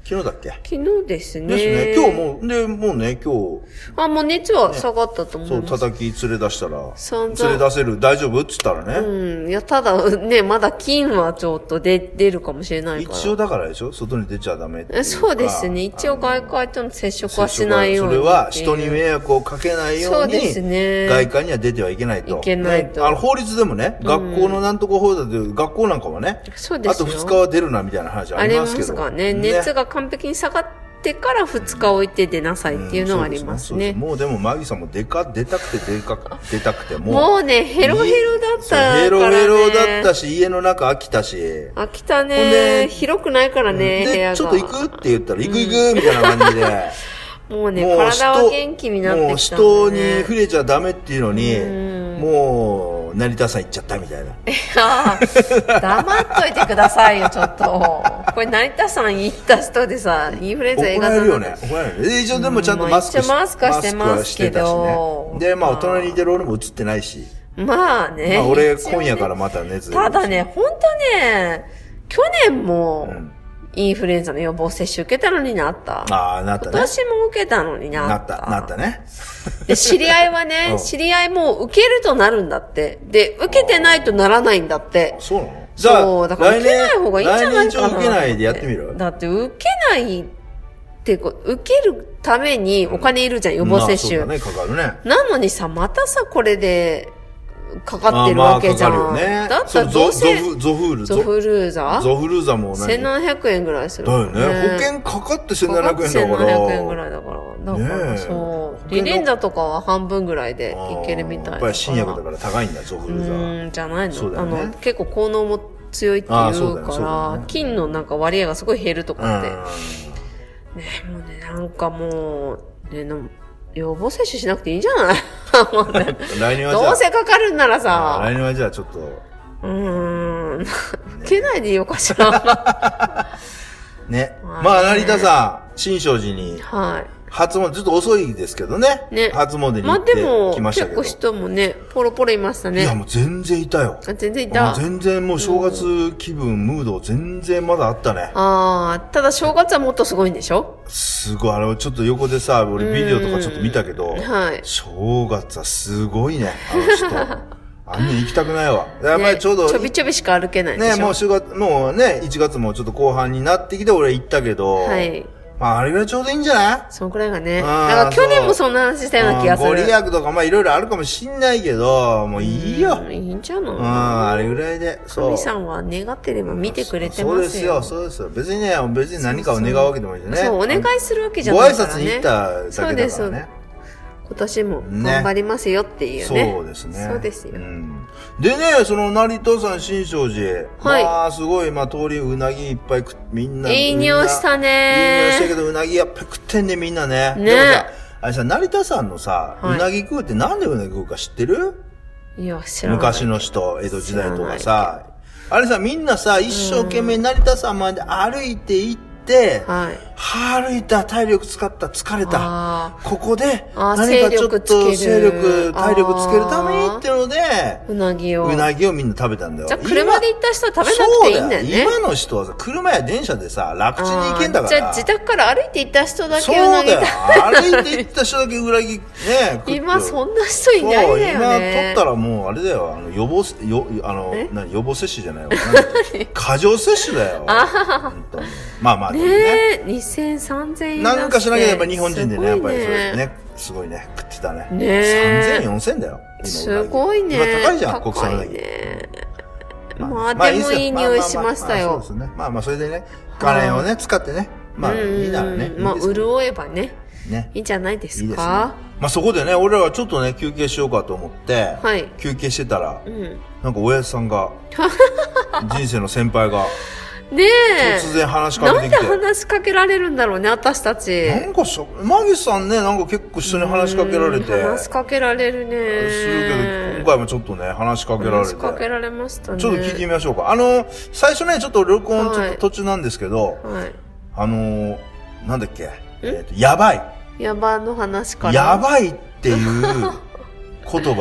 昨日だっけ？ 昨日ですね。 ですね。今日もう、で、もうね、今日。 もう熱は下がったと思う。 そう、叩き連れ出したら、連れ出せる、大丈夫って言ったらね。いや、ただね、まだ菌はちょっと出るかもしれないから。 一応だからでしょ？外に出ちゃダメっていうか。 そうですね。一応外界との接触はしないように。 それは人に迷惑をかけないように。そうですね。外界には出てはいけないと。 いけないと。 法律でもね、学校のなんとか法だと、学校なんかはね。 そうですよ。 あと2日は出るなみたいな話ありますけど。 ありますかね。熱が完璧に下がってから2日置いて出なさいっていうのはありますね。 もうでもマギさんも出たくてもうね、ヘロヘロだったからね。 ヘロヘロだったし、家の中飽きたし。 飽きたね。広くないからね、部屋が。 ちょっと行くって言ったら、行くみたいな感じで。 もうね、体は元気になってきた、ね。もう人に触れちゃダメっていうのに、もう、成田さん行っちゃったみたいな。 黙っといてくださいよ、ちょっと。これ成田さん行った人でさ、インフルエンザ映画怒られるよね。怒られる。一応でもちゃんとマスクしてますけど。 で、まあ、隣にいてる俺も映ってないし。 まあね。 まあ、俺、今夜からまた熱出る。 ただね、ほんとね、去年も、インフルエンザの予防接種受けたのになった。 なったね。 今年も受けたのになった。 なったね。 で、知り合いはね、知り合いも受けるとなるんだって。で、受けてないとならないんだって。 そうなの？じゃあ、そう、 だから受けない方がいいんじゃないかな。 来年受けないでやってみる？ だって受けないって受けるためにお金いるじゃん、予防接種。 そうだね、かかるね。 なのにさ、またさ、これで、かかってるわけじゃん。 かかるよね。 だったらどうせゾフルーザも 1700円ぐらいする。 だよね。保険かかって1700円だから。 1700円ぐらいだから。だからそう。リレンザとかは半分ぐらいでいけるみたいな。 やっぱり新薬だから高いんだ、ゾフルーザ。 じゃないの。結構効能も強いって言うから、菌のなんか割合がすごい減るとかって。ね、もうね、なんかもう、ね、予防接種しなくていいんじゃない来年はどうせかかるんならさ。 来年はじゃあちょっと。 受けないでいいよかしら。 ね。まあ、成田さん、新勝寺に。 はい。 初詣、ちょっと遅いですけどね。ね。初詣に行ってきましたけど。 結構人もね、ポロポロいましたね。 いや、もう全然いたよ。 全然いた。 全然もう正月気分、ムード、全然まだあったね。 ただ正月はもっとすごいんでしょ？ すごい。ちょっと横でさ、俺ビデオとかちょっと見たけど、はい。正月はすごいね、人。あんな行きたくないわ。やっぱりちょうど。 ちょびちょびしか歩けないんでしょ？ ね、もうね、1月もちょっと後半になってきて俺行ったけど、はい。まあ、あれぐらいちょうどいいんじゃない？ そのくらいがね。だから去年もそんな話したような気がする。 ご利益とかまあいろいろあるかもしんないけど、もういいよ。 いいんじゃない？ あれぐらいで。 神さんは願ってれば見てくれてますよ。 そうですよ、そうですよ。別に何かを願うわけでもいいですね。 そう、お願いするわけじゃないからね。 ご挨拶に行っただけだからね。そうです。 今年も頑張りますよっていうね。 そうですね。 そうですよ。 でね、その成田山新勝寺。はい。まあ、すごい、まあ、通りうなぎいっぱいみんな。 いい匂いしたいいね。 匂いしたけど、うなぎやっぱり食ってんね、みんなね。ね。でもさ、あれさ、成田山のさ、うなぎ食うってなんでうなぎ食うか知ってる？ いや、知らない。 昔の人、江戸時代とかさ。あれさ、みんなさ、一生懸命成田山まで歩いて行って、はい、歩いた、体力使った、疲れた。ここで、何かちょっと体力つけるためにってので、うなぎをみんな食べたんだよ。 じゃあ車で行った人は食べなくていいんだよね。 今の人はさ、車や電車でさ、楽ちんに行けんだから。 じゃあ自宅から歩いて行った人だけうなぎそうだよ。歩いて行った人だけうなぎ、ね。 今そんな人いないんだよね。 今取ったらもう、あれだよ、予防接種じゃないわ。過剰接種だよ。まあまあね。2000、3000円。 なんかしなきゃやっぱ日本人でね、やっぱりそれね、すごいね、食ってたね。3000、4000だよ。 すごいね。 今高いじゃん、国産うなぎ。 まあでもいい匂いしましたよ。 そうですね。まあまあそれでね、金をね、使ってね。まあいいならね。 まあ潤えばね。いいんじゃないですか。いいですね。 まあそこでね、俺らはちょっとね、休憩しようかと思って、休憩してたら、なんか親父さんが、人生の先輩が、 ねえ。 突然話しかけてきて。 なんで話しかけられるんだろうね、私たち。 なんかマギさんね、なんか結構人に話しかけられて。 話しかけられるね。 するけど、今回もちょっとね、話しかけられて。 話しかけられましたね。 ちょっと聞いてみましょうか。最初ね、ちょっと録音ちょっと途中なんですけど、なんだっけ、やばい。 やばの話から。 やばいっていう言葉。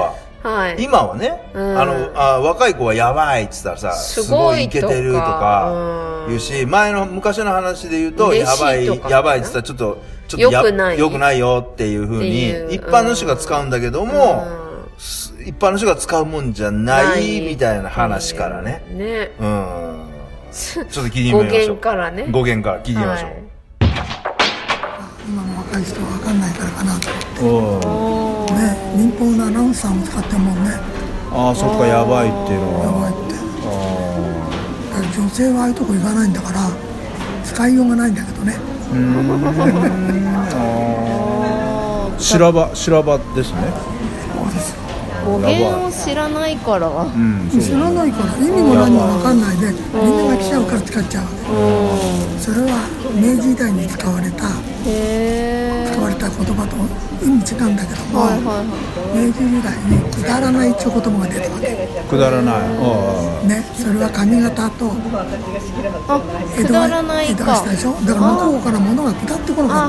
はい、 今はね、若い子はやばいって言ったらさ、すごいイケてるとか言うし、昔の話で言うと、やばいって言ったらちょっと良くないよっていう風に、一般の人が使うんだけども、一般の人が使うもんじゃないみたいな話からね。 ね。 ちょっと聞いてみましょう。 語源から聞いてみましょう。 今の若い人は分かんないからかなと。ね、民放のアナウンサーも使ってるもんね。 ああ、そっか、やばいっていうのは。 やばいって。だから女性はああいうとこ行かないんだから、使いようがないんだけどね。 修羅場ですね。 そうですよ。 語源を知らないから、 知らないから意味も何も分かんないでみんなが来ちゃうから使っちゃうわけ。それは明治時代に使われた言葉と意味違うんだけども、明治時代にくだらないっていう言葉が出たわけ。 くだらない、 ね、それは髪型とくだらないか。 江戸はしたでしょ。だから向こうから物が下ってこなかった。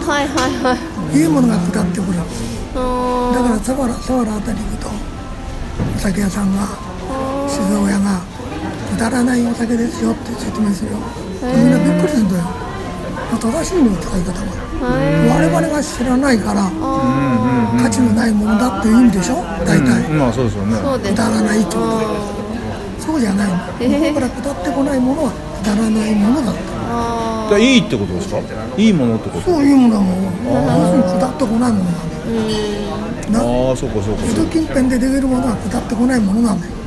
いいものが下ってくる。だから佐原あたりに行くとお酒屋さんが酒造屋がくだらないお酒ですよって説明するよ。みんなびっくりするんだよ。正しいの使い方が我々が知らないから価値のないものだっていう意味でしょ大体。 まあそうですよね。 くだらないってことはそうじゃないの。向こうから下ってこないものはくだらないものだって。 いいってことですか？いいものってこと？ そういうものだもん。要するに下ってこないものなんだよ。 そうか。 江戸近辺でできるものは下ってこないものなんだよ。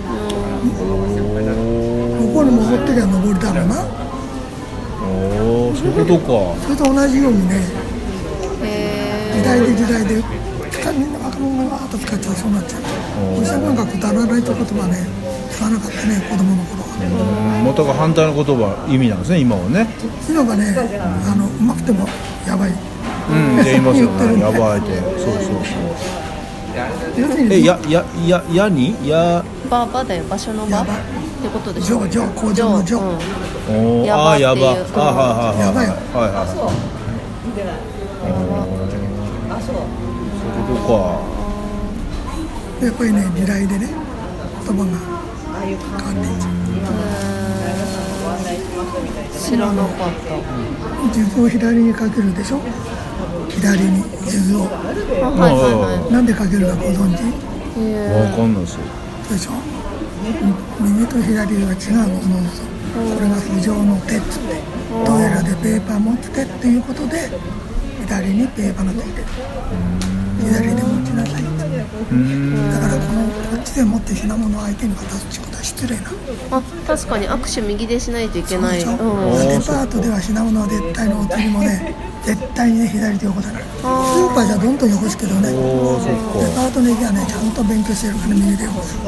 ここに登ってきゃ登りだろうな。 そういうことか。 それと同じようにね、時代でみんな若者がわーっと使っちゃう。そうなっちゃう。おじさんなんかくだらないって言葉ね使わなかったね、子供の頃は。 元が反対の言葉意味なんですね、今はね。 今がね、うまくてもやばい。 言いますよね。やばいって。そう。 場だよ、場所の場ってことでしょ。 工場の場。 やばっていう。やばい。そういうことか。 やっぱりね、時代でね、言葉が変わっていっちゃう。知らなかった。 数珠を左にかけるでしょ。左に数珠を。なんでかけるかご存知？ わかんないですよ。 でしょ。右と左は違うものですよ。これが不浄の手っつって、どうやらでペーパー持つ手っていうことで左にペーパーがついてる。左で持ちなさいって。だからこっちで持って品物を相手に渡すってことは失礼な。 確かに握手右でしないといけない。 デパートでは品物は絶対のお釣りもね、絶対にね左手横だから。スーパーじゃどんどん横すけどね、デパートの駅はねちゃんと勉強してるから右で横す。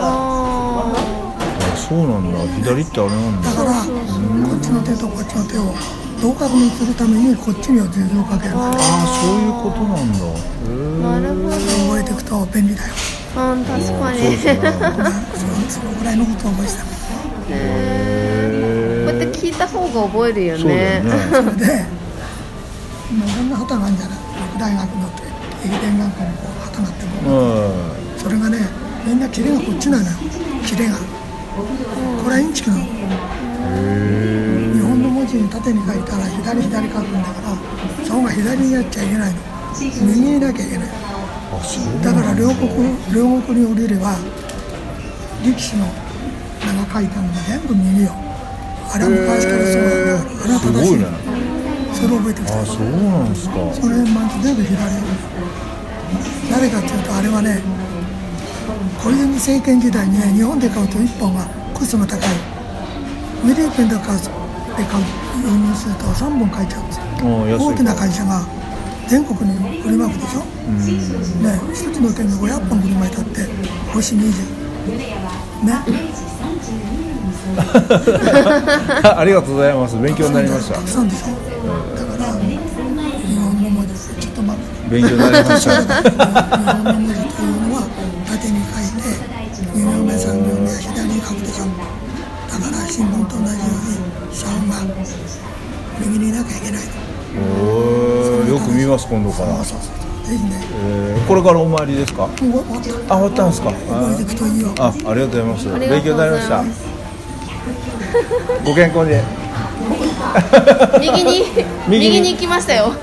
そうなんだ。左ってあれなんだ。 だからこっちの手とこっちの手を同格にするためにこっちには数珠をかける。 そういうことなんだ。 なるほど。 覚えていくと便利だよ。 確かに。 そのぐらいのことを覚えてた。 こうやって聞いた方が覚えるよね。 それで今いろんな旗があるんじゃない。大学の駅伝学校の旗があっても、それがねみんな切れがこっちなのよ。切れがこれはインチキなの。日本の文字に縦に書いたら左書くんだからそこが左にやっちゃいけないの。右になきゃいけない。だから両国に降りれば力士の名が書いたのが全部右よ。あれは昔からそうなんだから。あれは正しい。それを覚えてきた。 そうなんですか。 それまず全部左。誰かっていうとあれはね、小泉政権時代にね、日本で買うと1本がコストが高い。フィリピンで買う輸入すると3本買えちゃうんですよ。大きな会社が全国に振りまくでしょ。ね、一つの点が500本振りまいたって星20ね。 ありがとうございます。勉強になりました。 たくさんでしょ。だから日本の文字ちょっと待って。 勉強になりました。 日本の文字というのは縦に書いて2行目3行目は左に書くでしょ。だから新聞と同じように小が右にいなきゃいけないの。 よく見ます今度から。 そうでぜひね。 これからお参りですか？ 終わった。 終わったんですか？ お参りで行くといいよ。 ありがとうございます。勉強になりました。ご健康で。 右に行きましたよ。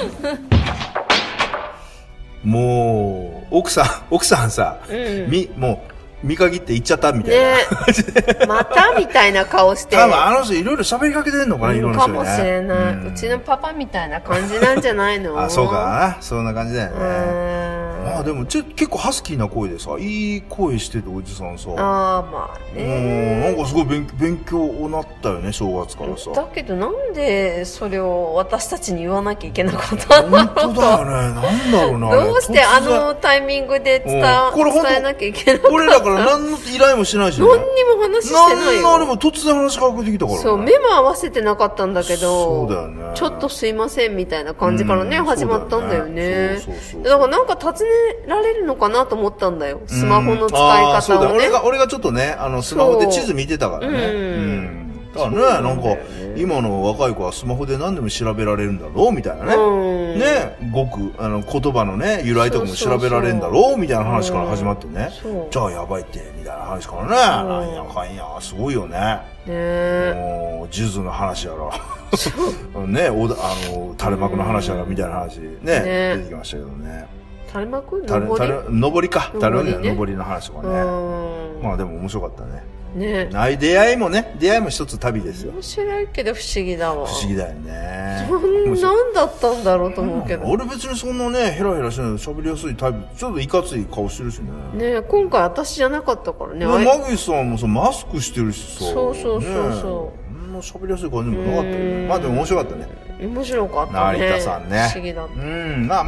もう奥さんさ、もう見限って行っちゃったみたいな、 またみたいな顔して。 多分あの人いろいろ喋りかけてんのかな、いろんな人ね。 かもしれない。うちのパパみたいな感じなんじゃないの？ そうかな、そんな感じだよね。まあでも結構ハスキーな声でさ、いい声してておじさんさ。 まあね。 なんかすごい勉強になったよね、正月からさ。 だけどなんでそれを私たちに言わなきゃいけなかったんだろう。 本当だよね。なんだろうな。 どうしてあのタイミングで伝えなきゃいけなかった。 俺らから何の依頼もしないし、 何にも話してないよ。 何も突然話しかけてきたからね。 そう、目も合わせてなかったんだけど、 そうだよね。 ちょっとすいませんみたいな感じからね、始まったんだよね。だからなんか尋ねられるのかなと思ったんだよ。スマホの使い方をね。 俺がちょっとね、スマホで地図見てたからね。だからね、なんか、今の若い子はスマホで何でも調べられるんだろうみたいなね。ね、言葉のね、由来とかも調べられるんだろうみたいな話から始まってね。じゃあやばいって、みたいな話からね。なんやかんや、すごいよね。もう、数珠の話やら。ね、垂れ幕の話やらみたいな話ね、出てきましたけどね。 垂れ幕？ 上りか。上りの話とかね。まあでも面白かったね。出会いも一つ旅ですよ。 面白いけど不思議だわ。 不思議だよね。 何だったんだろうと思うけど。 俺別にそんなね、ヘラヘラしないで喋りやすいタイプ、ちょっといかつい顔してるしね。 ね、今回私じゃなかったからね。 マギさんもさ、マスクしてるしさ。そう。喋りやすい感じもなかったよね。まあでも面白かったね。 面白かったね。 成田さんね。 不思議だった。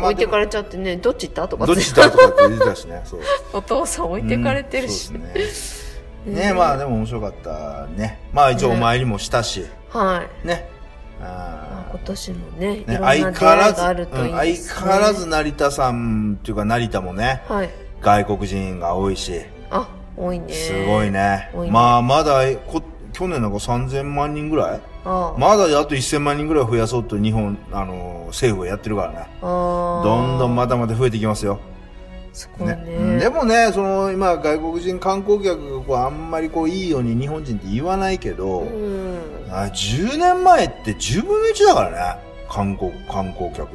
置いてかれちゃってね、どっち行ったとかって言ってたしね。 お父さん置いてかれてるし。 ね、まあでも面白かったね。まあ一応お参りもしたし。 はい。 ね。 今年もね、いろんな相変わらず成田さんっていうか成田もね、外国人が多いし。 多いね。 すごいね。まあまだ、去年なんか3000万人ぐらいまだあと1000万人ぐらい増やそうと日本、政府はやってるからね。どんどんまだまだ増えてきますよ。でもね、今外国人観光客があんまりいいように日本人って言わないけど、10年前って10分の1だからね。観光客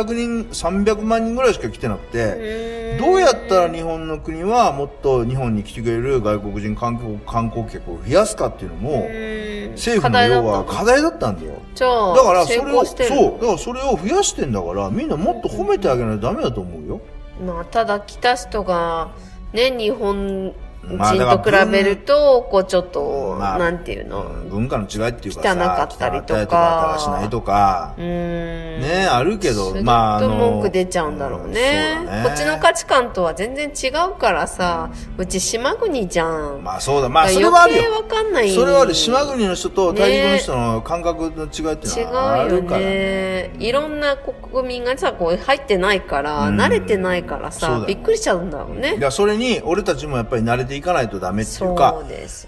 300万人ぐらいしか来てなくて、どうやったら日本の国はもっと日本に来てくれる外国人観光客を増やすかっていうのも、政府の要は課題だったんだよ。だからそれを増やしてんだから、みんなもっと褒めてあげないとダメだと思うよ。 ただ来た人がね、日本人と比べるとちょっと、なんていうの、 文化の違いっていうかさ、 汚かったりとかしないとかね、あるけど、 まあ文句出ちゃうんだろうね。こっちの価値観とは全然違うからさ、うち島国じゃん。 まあそうだ、まあそれはあるよ。 余計わかんない。 それはある。島国の人と大陸の人の感覚の違いっていうのはあるからね。 いろんな国民がさ、入ってないから、慣れてないからさ、びっくりしちゃうんだろうね。 それに俺たちもやっぱり慣れていかないとダメっていうか、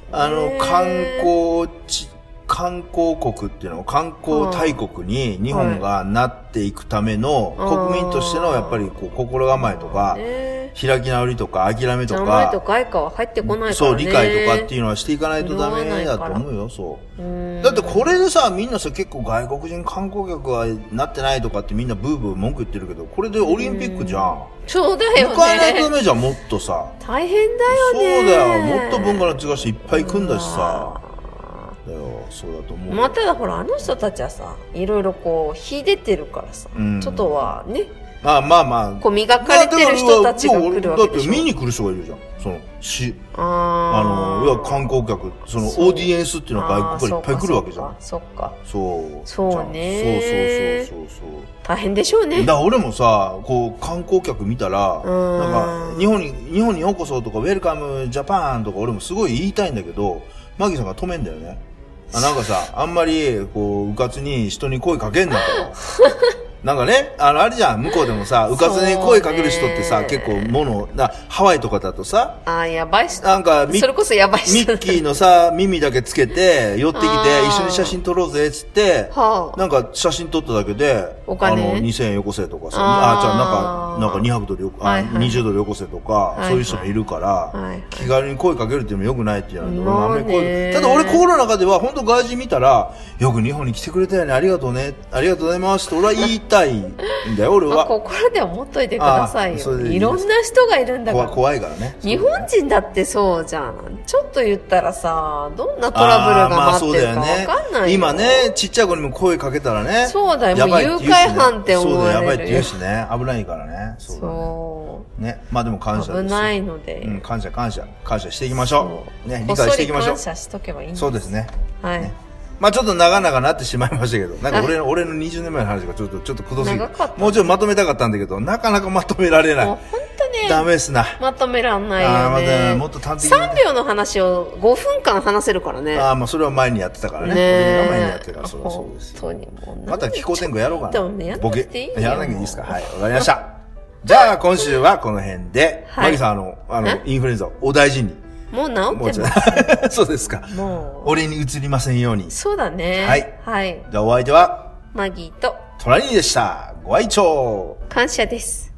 観光国っていうのを観光大国に日本がなっていくための国民としてのやっぱり心構えとか、開き直りとか諦めとか、 名前とか愛花は入ってこないからね。 理解とかっていうのはしていかないとダメだと思うよ。だってこれでさ、みんなさ、結構外国人観光客はなってないとかってみんなブーブー文句言ってるけど、これでオリンピックじゃん。 そうだよね。 迎えないとダメじゃん、もっとさ。 大変だよね。 そうだよ。もっと文化の違う人いっぱい組んだしさ。だよ、そうだと思う。 ただほら、あの人たちはさ、いろいろ秀でてるからさ、ちょっとはね。 まあ。 磨かれてる人たちが来るわけでしょ。 だって見に来る人がいるじゃん。要は観光客、オーディエンスっていうのは外国からいっぱい来るわけじゃん。 そっか。 そうね。そう。大変でしょうね。 だから俺もさ、観光客見たら、なんか、日本にようこそとか、ウェルカムジャパンとか俺もすごい言いたいんだけど、マギさんが止めんだよね。なんかさ、あんまり、うかつに人に声かけんなと。 なんかね、あれじゃん、向こうでもさ、うかつに声かける人ってさ、結構ハワイとかだとさ、 やばい人。 なんか、 それこそやばい人。 ミッキーのさ、耳だけつけて、寄ってきて、一緒に写真撮ろうぜ、つって、なんか写真撮っただけで、 お金 2000円よこせとかさ、じゃあなんか200ドル20ドルよこせとか、そういう人もいるから、気軽に声かけるっていうのも良くないって言われて、ただ俺心の中では、本当外人見たら、よく日本に来てくれたよね、ありがとうね、ありがとうございますって俺は言いたいんだよ、俺は。 心で思っといてくださいよ。いろんな人がいるんだから。 怖いからね。 日本人だってそうじゃん。ちょっと言ったらさ、どんなトラブルが待ってるか分かんないよ。 今ね、ちっちゃい子にも声かけたらね。 そうだよ、もう誘拐犯って思われる。 そうだよ、やばいって言うしね。危ないからね。そう。ね。まあでも感謝です。 危ないので。 感謝していきましょう。ね、理解していきましょう。 感謝しとけばいいんです。 そうですね。 はい。 まあちょっと長々なってしまいましたけど、なんか俺の20年前の話がちょっとくどすぎて、もうちょっとまとめたかったんだけど、なかなかまとめられない。もう本当ね。 ダメですな。 まとめらんないよね。 もっと端的に。 3秒の話を5分間話せるからね。 まあそれは前にやってたからね。俺が前にやってるから、そうです。 本当にもう。 また気候天狗やろうかな。 ボケ。 やらなきゃいいですか。はい、わかりました。じゃあ今週はこの辺で、マギさんインフルエンザお大事に。 もう治ってます。 そうですか。 もう。俺に移りませんように。 そうだね。 はい。 はい。 じゃあお相手は、 マギーと、 トラニーでした。ご愛聴。 感謝です。